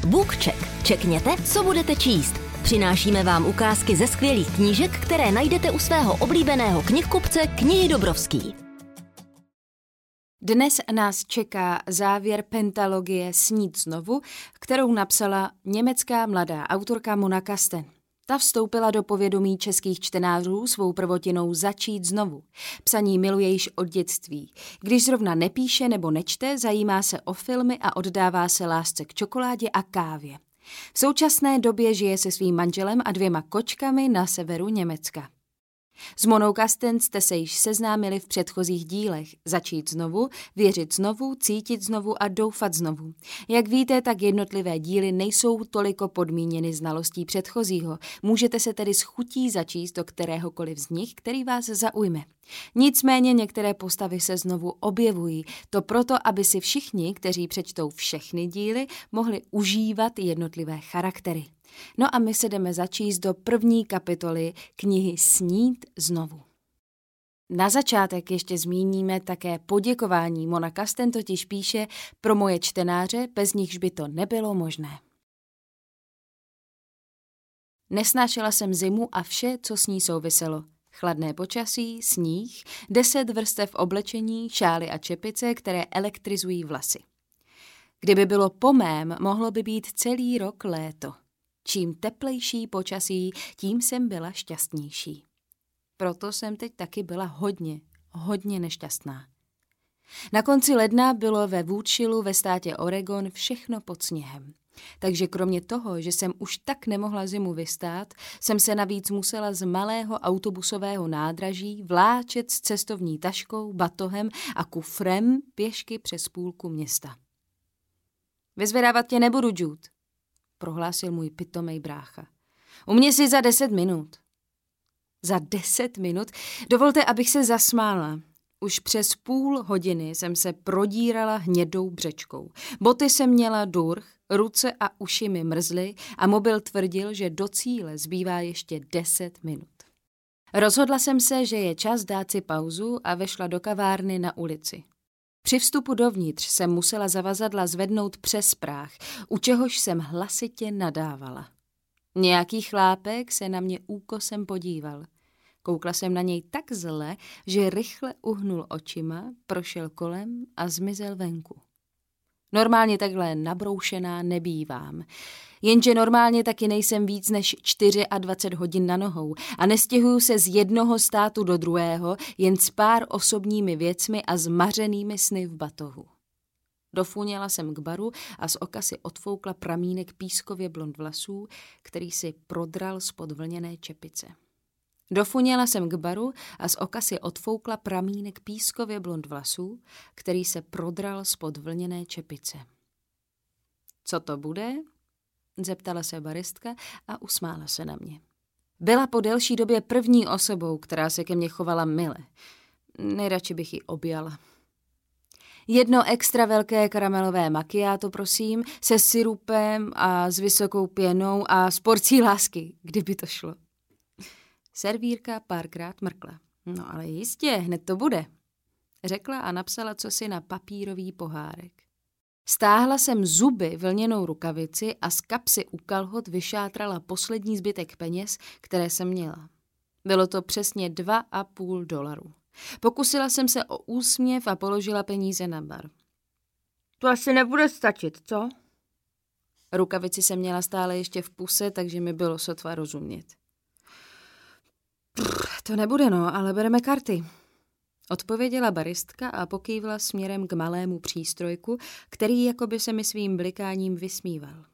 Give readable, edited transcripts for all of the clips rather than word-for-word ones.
BookCheck. Čekněte, co budete číst. Přinášíme vám ukázky ze skvělých knížek, které najdete u svého oblíbeného knihkupce Knihy Dobrovský. Dnes nás čeká závěr pentalogie Snít znovu, kterou napsala německá mladá autorka Mona Kasten. Ta vstoupila do povědomí českých čtenářů svou prvotinou Začít znovu. Psaní miluje již od dětství. Když zrovna nepíše nebo nečte, zajímá se o filmy a oddává se lásce k čokoládě a kávě. V současné době žije se svým manželem a 2 kočkami na severu Německa. S Monou Kasten jste se již seznámili v předchozích dílech. Začít znovu, věřit znovu, cítit znovu a doufat znovu. Jak víte, tak jednotlivé díly nejsou toliko podmíněny znalostí předchozího. Můžete se tedy s chutí začíst do kteréhokoliv z nich, který vás zaujme. Nicméně některé postavy se znovu objevují. To proto, aby si všichni, kteří přečtou všechny díly, mohli užívat jednotlivé charaktery. No a my se jdeme začíst do první kapitoly knihy Snít znovu. Na začátek ještě zmíníme také poděkování. Mona Kasten totiž píše pro moje čtenáře, bez nichž by to nebylo možné. Nesnášela jsem zimu a vše, co s ní souviselo. Chladné počasí, sníh, 10 vrstev oblečení, šály a čepice, které elektrizují vlasy. Kdyby bylo po mém, mohlo by být celý rok léto. Čím teplejší počasí, tím jsem byla šťastnější. Proto jsem teď taky byla hodně nešťastná. Na konci ledna bylo ve Woodshillu ve státě Oregon všechno pod sněhem. Takže kromě toho, že jsem už tak nemohla zimu vystát, jsem se navíc musela z malého autobusového nádraží vláčet s cestovní taškou, batohem a kufrem pěšky přes půlku města. Vyzvedávat tě nebudu, Jude, prohlásil můj pitomej brácha. U mě si za 10 minut. Za 10 minut? Dovolte, abych se zasmála. Už přes půl hodiny jsem se prodírala hnědou břečkou. Boty jsem měla durch, ruce a uši mi mrzly a mobil tvrdil, že do cíle zbývá ještě 10 minut. Rozhodla jsem se, že je čas dát si pauzu a vešla do kavárny na ulici. Při vstupu dovnitř jsem musela zavazadla zvednout přes práh, u čehož jsem hlasitě nadávala. Nějaký chlápek se na mě úkosem podíval. Koukla jsem na něj tak zle, že rychle uhnul očima, prošel kolem a zmizel venku. Normálně takhle nabroušená nebývám. Jenže normálně taky nejsem víc než 24 hodin na nohou a nestěhuju se z jednoho státu do druhého jen s pár osobními věcmi a zmařenými sny v batohu. Dofůněla jsem k baru a z oka si odfoukla pramínek pískově blond vlasů, který si prodral spod vlněné čepice. Dofuněla jsem k baru a z oka si odfoukla pramínek pískově blond vlasů, který se prodral spod vlněné čepice. Co to bude? Zeptala se baristka a usmála se na mě. Byla po delší době první osobou, která se ke mně chovala mile. Nejradši bych ji objala. 1 extra velké karamelové macchiato, prosím, se sirupem a s vysokou pěnou a s porcí lásky, kdyby to šlo. Servírka párkrát mrkla. No ale jistě, hned to bude, řekla a napsala cosi na papírový pohárek. Stáhla jsem zuby vlněnou rukavici a z kapsy u kalhot vyšátrala poslední zbytek peněz, které jsem měla. Bylo to přesně $2,5. Pokusila jsem se o úsměv a položila peníze na bar. To asi nebude stačit, co? Rukavici jsem měla stále ještě v puse, takže mi bylo sotva rozumět. To nebude, no, ale bereme karty, odpověděla baristka a pokývla směrem k malému přístrojku, který jakoby se mi svým blikáním vysmíval.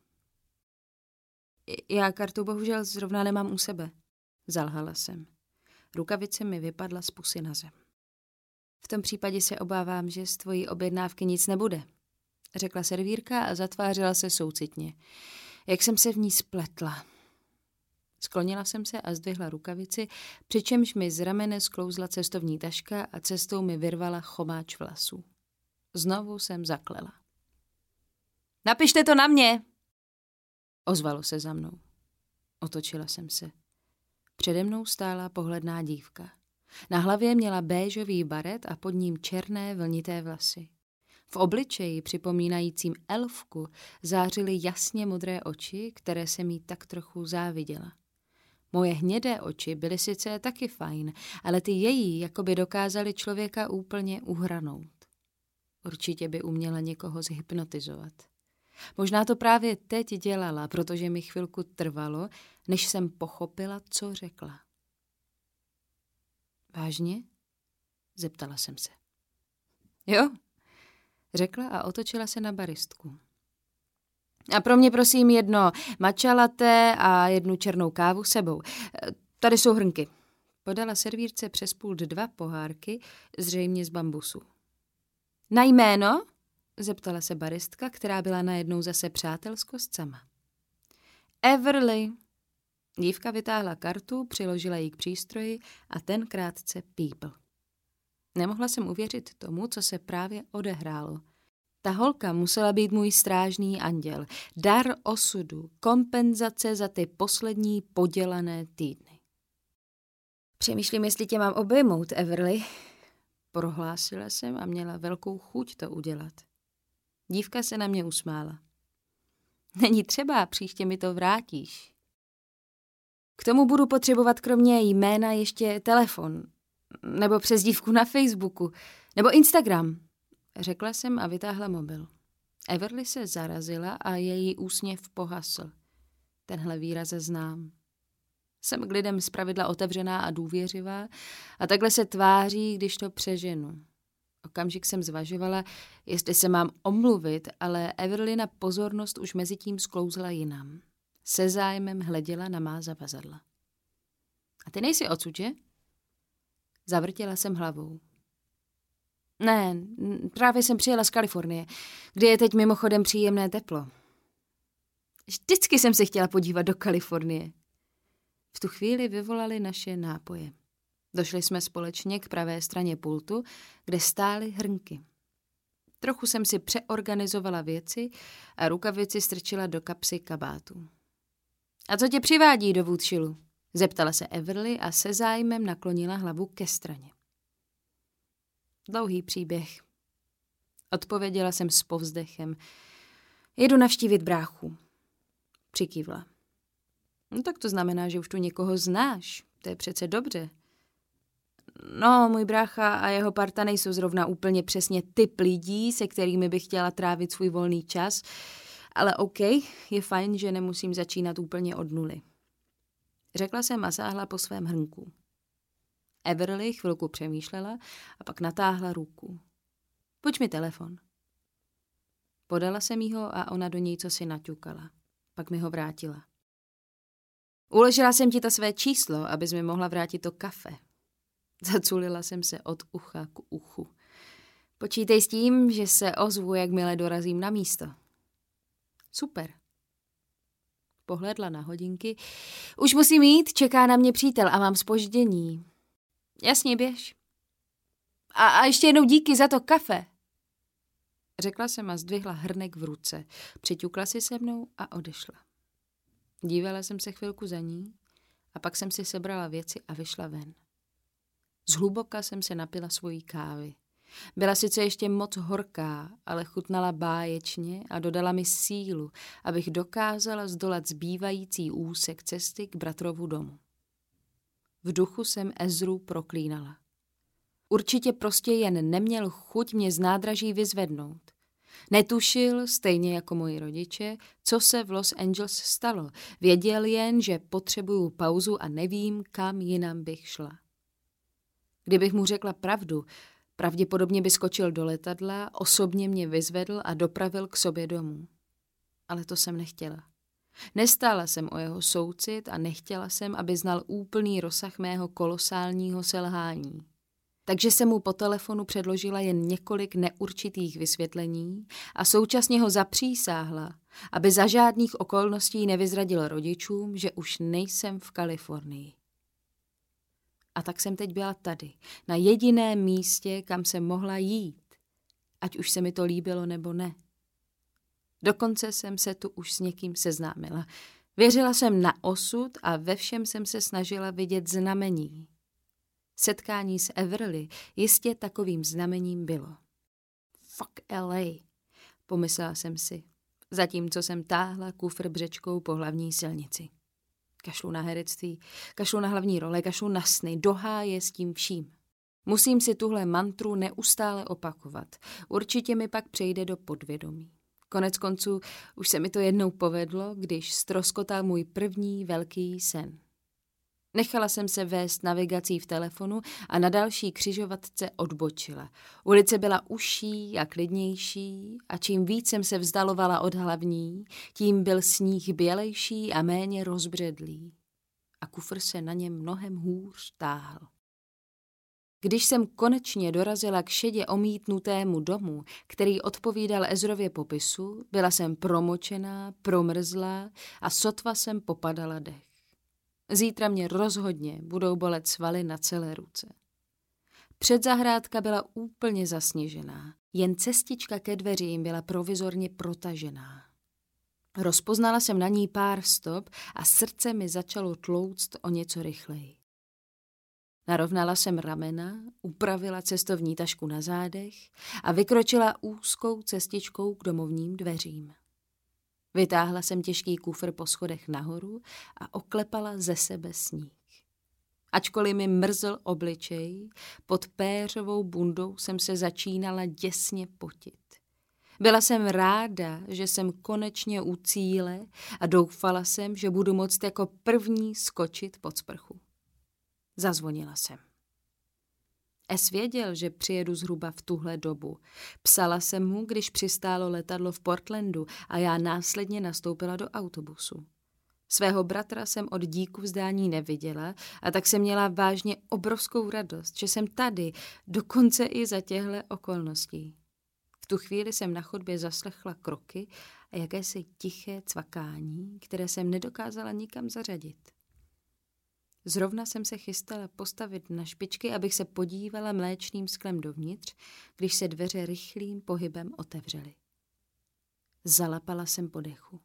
Já kartu bohužel zrovna nemám u sebe, zalhala jsem. Rukavice mi vypadla z pusy na zem. V tom případě se obávám, že z tvojí objednávky nic nebude, řekla servírka a zatvářela se soucitně. Jak jsem se v ní spletla. Sklonila jsem se a zdvihla rukavici, přičemž mi z ramene sklouzla cestovní taška a cestou mi vyrvala chomáč vlasů. Znovu jsem zaklela. Napište to na mě, ozvalo se za mnou. Otočila jsem se. Přede mnou stála pohledná dívka. Na hlavě měla béžový baret a pod ním černé vlnité vlasy. V obličeji, připomínajícím elfku, zářily jasně modré oči, které jsem jí tak trochu záviděla. Moje hnědé oči byly sice taky fajn, ale ty její jakoby dokázaly člověka úplně uhranout. Určitě by uměla někoho zhypnotizovat. Možná to právě teď dělala, protože mi chvilku trvalo, než jsem pochopila, co řekla. Vážně? Zeptala jsem se. Jo, řekla a otočila se na baristku. A pro mě prosím jedno matcha latte a jednu černou kávu sebou. Tady jsou hrnky. Podala servírce přes pult 2 pohárky, zřejmě z bambusu. Na jméno? Zeptala se baristka, která byla najednou zase přátelskost sama. Everly. Dívka vytáhla kartu, přiložila ji k přístroji a ten krátce pípl. Nemohla jsem uvěřit tomu, co se právě odehrálo. Ta holka musela být můj strážný anděl, dar osudu, kompenzace za ty poslední podělané týdny. Přemýšlím, jestli tě mám obejmout, Everly. Prohlásila jsem a měla velkou chuť to udělat. Dívka se na mě usmála. Není třeba, příště mi to vrátíš. K tomu budu potřebovat kromě jména ještě telefon, nebo přezdívku na Facebooku, nebo Instagram, řekla jsem a vytáhla mobil. Everly se zarazila a její úsměv pohasl. Tenhle výraz znám. Jsem k lidem zpravidla otevřená a důvěřivá a takhle se tváří, když to přeženu. Okamžik jsem zvažovala, jestli se mám omluvit, ale Everlyna pozornost už mezi tím sklouzla jinam. Se zájmem hleděla na má zavazadla. A ty nejsi odsud, že? Zavrtěla jsem hlavou. Ne, právě jsem přijela z Kalifornie, kde je teď mimochodem příjemné teplo. Vždycky jsem se chtěla podívat do Kalifornie. V tu chvíli vyvolali naše nápoje. Došli jsme společně k pravé straně pultu, kde stály hrnky. Trochu jsem si přeorganizovala věci a rukavici strčila do kapsy kabátu. A co tě přivádí do Woodshillu? Zeptala se Everly a se zájmem naklonila hlavu ke straně. Dlouhý příběh. Odpověděla jsem s povzdechem. Jedu navštívit bráchu. Přikývla. No tak to znamená, že už tu někoho znáš. To je přece dobře. No, můj brácha a jeho parta nejsou zrovna úplně přesně typ lidí, se kterými bych chtěla trávit svůj volný čas, ale OK, je fajn, že nemusím začínat úplně od nuly. Řekla jsem a sáhla po svém hrnku. Everly chvilku přemýšlela a pak natáhla ruku. Pojď mi telefon. Podala jsem jí ho a ona do něj cosi naťukala. Pak mi ho vrátila. Uložila jsem ti to své číslo, abys mi mohla vrátit to kafe. Zaculila jsem se od ucha k uchu. Počítej s tím, že se ozvu, jakmile dorazím na místo. Super. Pohlédla na hodinky. Už musím jít, čeká na mě přítel a mám zpoždění. Jasně, běž. A ještě jednou díky za to kafe. Řekla jsem a zdvihla hrnek v ruce. Přiťukla si se mnou a odešla. Dívala jsem se chvilku za ní a pak jsem si sebrala věci a vyšla ven. Zhluboka jsem se napila svojí kávy. Byla sice ještě moc horká, ale chutnala báječně a dodala mi sílu, abych dokázala zdolat zbývající úsek cesty k bratrovu domu. V duchu jsem Ezru proklínala. Určitě prostě jen neměl chuť mě z nádraží vyzvednout. Netušil, stejně jako moji rodiče, co se v Los Angeles stalo. Věděl jen, že potřebuju pauzu a nevím, kam jinam bych šla. Kdybych mu řekla pravdu, pravděpodobně by skočil do letadla, osobně mě vyzvedl a dopravil k sobě domů. Ale to jsem nechtěla. Nestála jsem o jeho soucit a nechtěla jsem, aby znal úplný rozsah mého kolosálního selhání. Takže jsem mu po telefonu předložila jen několik neurčitých vysvětlení a současně ho zapřísáhla, aby za žádných okolností nevyzradil rodičům, že už nejsem v Kalifornii. A tak jsem teď byla tady, na jediném místě, kam jsem mohla jít, ať už se mi to líbilo nebo ne. Dokonce jsem se tu už s někým seznámila. Věřila jsem na osud a ve všem jsem se snažila vidět znamení. Setkání s Everly jistě takovým znamením bylo. fuck LA, pomyslela jsem si, zatímco jsem táhla kufr břečkou po hlavní silnici. Kašlu na herectví, kašlu na hlavní role, kašlu na sny, do háje s tím vším. Musím si tuhle mantru neustále opakovat. Určitě mi pak přejde do podvědomí. Konec konců už se mi to jednou povedlo, když ztroskotal můj první velký sen. Nechala jsem se vést navigací v telefonu a na další křižovatce odbočila. Ulice byla užší a klidnější a čím víc jsem se vzdalovala od hlavní, tím byl sníh bělejší a méně rozbředlý. A kufr se na něm mnohem hůř táhl. Když jsem konečně dorazila k šedě omítnutému domu, který odpovídal Ezrově popisu, byla jsem promočená, promrzlá a sotva jsem popadala dech. Zítra mě rozhodně budou bolet svaly na celé ruce. Předzahrádka byla úplně zasněžená, jen cestička ke dveřím byla provizorně protažená. Rozpoznala jsem na ní pár stop a srdce mi začalo tlouct o něco rychleji. Narovnala jsem ramena, upravila cestovní tašku na zádech a vykročila úzkou cestičkou k domovním dveřím. Vytáhla jsem těžký kufr po schodech nahoru a oklepala ze sebe sníh. Ačkoliv mi mrzl obličej, pod péřovou bundou jsem se začínala děsně potit. Byla jsem ráda, že jsem konečně u cíle a doufala jsem, že budu moct jako první skočit pod sprchu. Zazvonila jsem. Es věděl, že přijedu zhruba v tuhle dobu. Psala jsem mu, když přistálo letadlo v Portlandu a já následně nastoupila do autobusu. Svého bratra jsem od díku vzdání neviděla a tak jsem měla vážně obrovskou radost, že jsem tady, dokonce i za těchto okolností. V tu chvíli jsem na chodbě zaslechla kroky a jakési tiché cvakání, které jsem nedokázala nikam zařadit. Zrovna jsem se chystala postavit na špičky, abych se podívala mléčným sklem dovnitř, když se dveře rychlým pohybem otevřely. Zalapala jsem po dechu.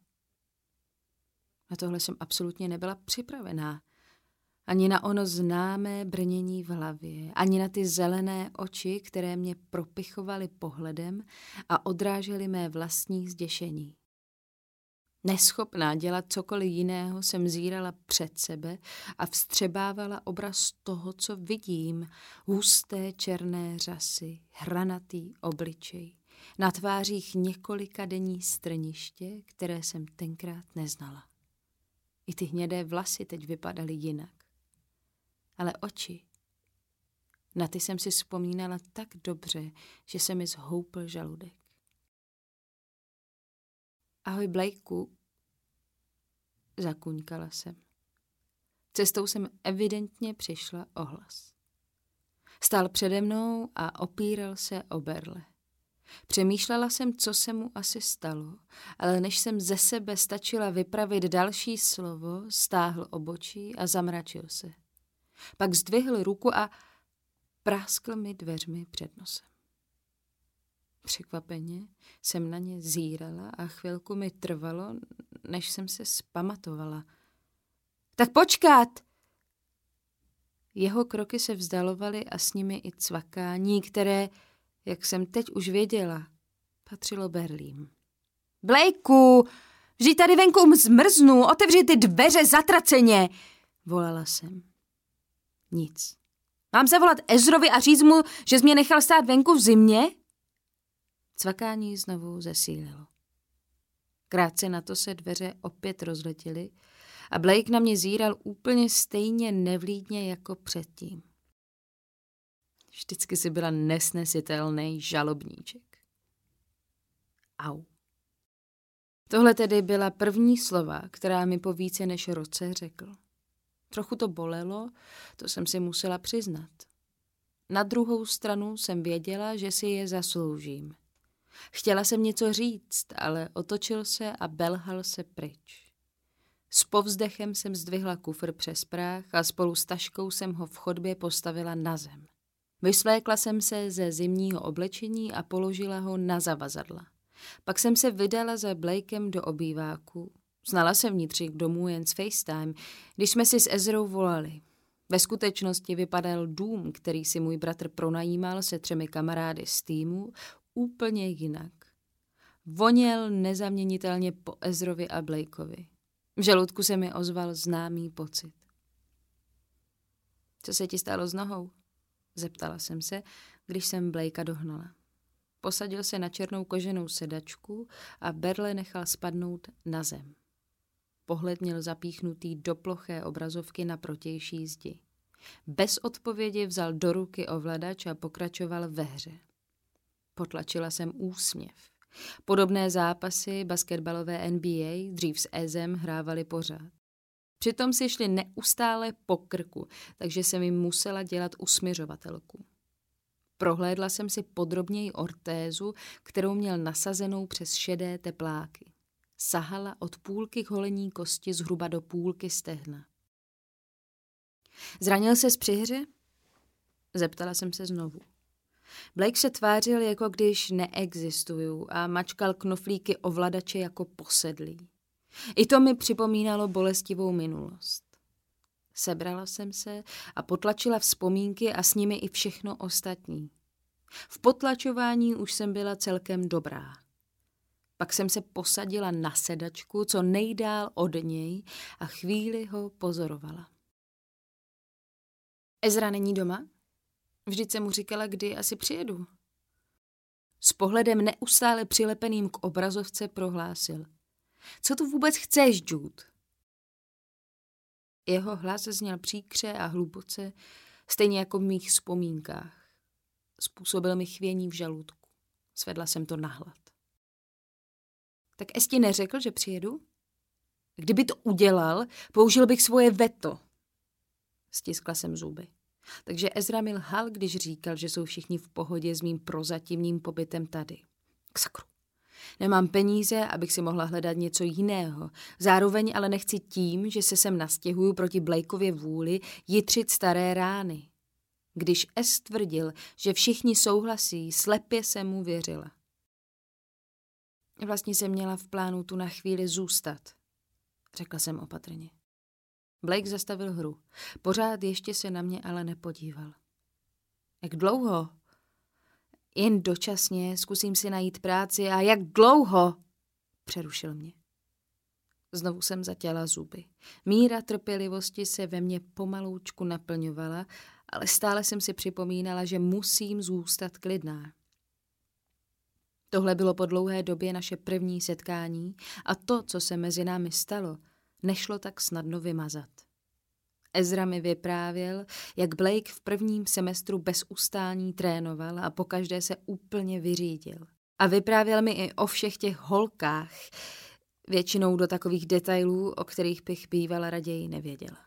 Na tohle jsem absolutně nebyla připravená. Ani na ono známé brnění v hlavě, ani na ty zelené oči, které mě propichovaly pohledem a odrážely mé vlastní zděšení. Neschopná dělat cokoliv jiného jsem zírala před sebe a vstřebávala obraz toho, co vidím. Husté černé řasy, hranatý obličej, na tvářích několika denní strniště, které jsem tenkrát neznala. I ty hnědé vlasy teď vypadaly jinak. Ale oči, na ty jsem si vzpomínala tak dobře, že se mi zhoupl žaludek. Ahoj, Blakeu, zakuňkala jsem. Cestou jsem evidentně přišla o hlas. Stál přede mnou a opíral se o berle. Přemýšlela jsem, co se mu asi stalo, ale než jsem ze sebe stačila vypravit další slovo, stáhl obočí a zamračil se. Pak zdvihl ruku a práskl mi dveřmi před nosem. Překvapeně jsem na ně zírala a chvilku mi trvalo, než jsem se zpamatovala. Tak počkat! Jeho kroky se vzdalovaly a s nimi i cvakání, které, jak jsem teď už věděla, patřilo berlím. Blakeu, vždyť tady venku zmrznu, otevři ty dveře zatraceně, volala jsem. Nic. Mám zavolat Ezrovi a říct mu, že jsi mě nechal stát venku v zimě? Cvakání znovu zesílilo. Krátce na to se dveře opět rozletěly a Blake na mě zíral úplně stejně nevlídně jako předtím. Vždycky si byla nesnesitelný žalobníček. Au. Tohle tedy byla první slova, která mi po více než roce řekl. Trochu to bolelo, to jsem si musela přiznat. Na druhou stranu jsem věděla, že si je zasloužím. Chtěla jsem něco říct, ale otočil se a belhal se pryč. S povzdechem jsem zdvihla kufr přes práh a spolu s taškou jsem ho v chodbě postavila na zem. Vysvlékla jsem se ze zimního oblečení a položila ho na zavazadla. Pak jsem se vydala za Blakem do obýváku. Znala jsem vnitřek domů jen z FaceTime, když jsme si s Ezrou volali. Ve skutečnosti vypadal dům, který si můj bratr pronajímal se 3 kamarády z týmu, úplně jinak. Voněl nezaměnitelně po Ezrovi a Blakeovi. V žaludku se mi ozval známý pocit. Co se ti stalo s nohou? Zeptala jsem se, když jsem Blakea dohnala. Posadil se na černou koženou sedačku a berle nechal spadnout na zem. Pohled měl zapíchnutý do ploché obrazovky na protější zdi. Bez odpovědi vzal do ruky ovladač a pokračoval ve hře. Potlačila jsem úsměv. Podobné zápasy basketbalové NBA dřív s Ezem hrávali pořád. Přitom si šli neustále po krku, takže jsem jim musela dělat usměřovatelku. Prohlédla jsem si podrobněji ortézu, kterou měl nasazenou přes šedé tepláky. Sahala od půlky holení kosti zhruba do půlky stehna. Zranil ses při hře? Zeptala jsem se znovu. Blake se tvářil, jako když neexistuju a mačkal knoflíky ovladače jako posedlý. I to mi připomínalo bolestivou minulost. Sebrala jsem se a potlačila vzpomínky a s nimi i všechno ostatní. V potlačování už jsem byla celkem dobrá. Pak jsem se posadila na sedačku, co nejdál od něj a chvíli ho pozorovala. Ezra není doma? Vždyť jsem mu říkala, kdy asi přijedu. S pohledem neustále přilepeným k obrazovce prohlásil. Co tu vůbec chceš, Jude? Jeho hlas zněl příkře a hluboce, stejně jako v mých vzpomínkách. Způsobil mi chvění v žaludku. Svedla jsem to na hlad. Tak Esti neřekl, že přijedu? Kdyby to udělal, použil bych svoje veto. Stiskla jsem zuby. Takže Ezra mi lhal, když říkal, že jsou všichni v pohodě s mým prozatímním pobytem tady. K sakru. Nemám peníze, abych si mohla hledat něco jiného. Zároveň ale nechci tím, že se sem nastěhuju proti Blakeově vůli, jitřit staré rány. Když Es tvrdil, že všichni souhlasí, slepě jsem mu věřila. Vlastně jsem měla v plánu tu na chvíli zůstat, řekla jsem opatrně. Blake zastavil hru. Pořád ještě se na mě ale nepodíval. Jak dlouho? Jen dočasně, zkusím si najít práci a jak dlouho? Přerušil mě. Znovu jsem zatěla zuby. Míra trpělivosti se ve mně pomaloučku naplňovala, ale stále jsem si připomínala, že musím zůstat klidná. Tohle bylo po dlouhé době naše první setkání a to, co se mezi námi stalo, nešlo tak snadno vymazat. Ezra mi vyprávěl, jak Blake v prvním semestru bez ustání trénoval a pokaždé se úplně vyřídil. A vyprávěl mi i o všech těch holkách, většinou do takových detailů, o kterých bych bývala raději nevěděla.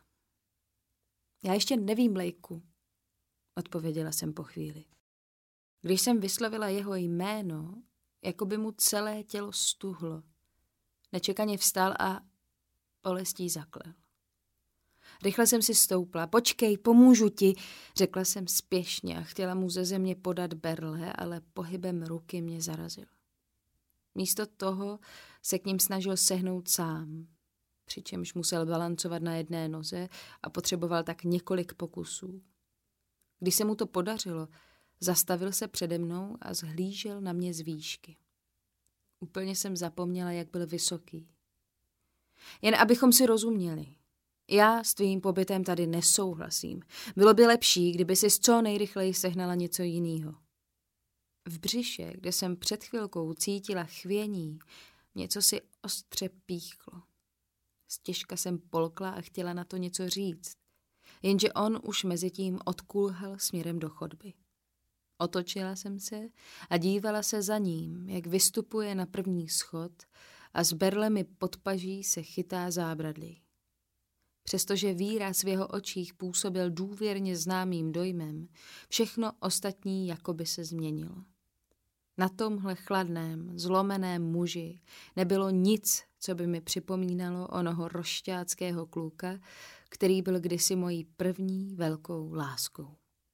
Já ještě nevím, Blakeu, odpověděla jsem po chvíli. Když jsem vyslovila jeho jméno, jako by mu celé tělo stuhlo. Nečekaně vstal a bolestí zaklel. Rychle jsem si stoupla. Počkej, pomůžu ti, řekla jsem spěšně a chtěla mu ze země podat berle, ale pohybem ruky mě zarazil. Místo toho se k ním snažil sehnout sám, přičemž musel balancovat na jedné noze a potřeboval tak několik pokusů. Když se mu to podařilo, zastavil se přede mnou a zhlížel na mě z výšky. Úplně jsem zapomněla, jak byl vysoký. Jen abychom si rozuměli. Já s tvým pobytem tady nesouhlasím. Bylo by lepší, kdyby si co nejrychleji sehnala něco jiného. V břiše, kde jsem před chvilkou cítila chvění, něco si ostře píchlo. Stěžka jsem polkla a chtěla na to něco říct, jenže on už mezitím odkulhal směrem do chodby. Otočila jsem se a dívala se za ním, jak vystupuje na první schod a s berlemi pod paží se chytá zábradlí. Přestože výraz v jeho očích působil důvěrně známým dojmem, všechno ostatní jakoby se změnilo. Na tomhle chladném, zlomeném muži nebylo nic, co by mi připomínalo onoho rošťáckého kluka, který byl kdysi mojí první velkou láskou.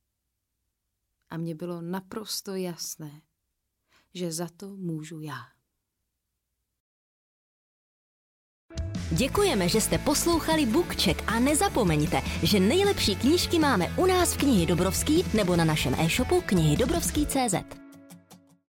A mně bylo naprosto jasné, že za to můžu já. Děkujeme, že jste poslouchali BookCheck a nezapomeňte, že nejlepší knížky máme u nás v Knihy Dobrovský nebo na našem e-shopu knihydobrovský.cz.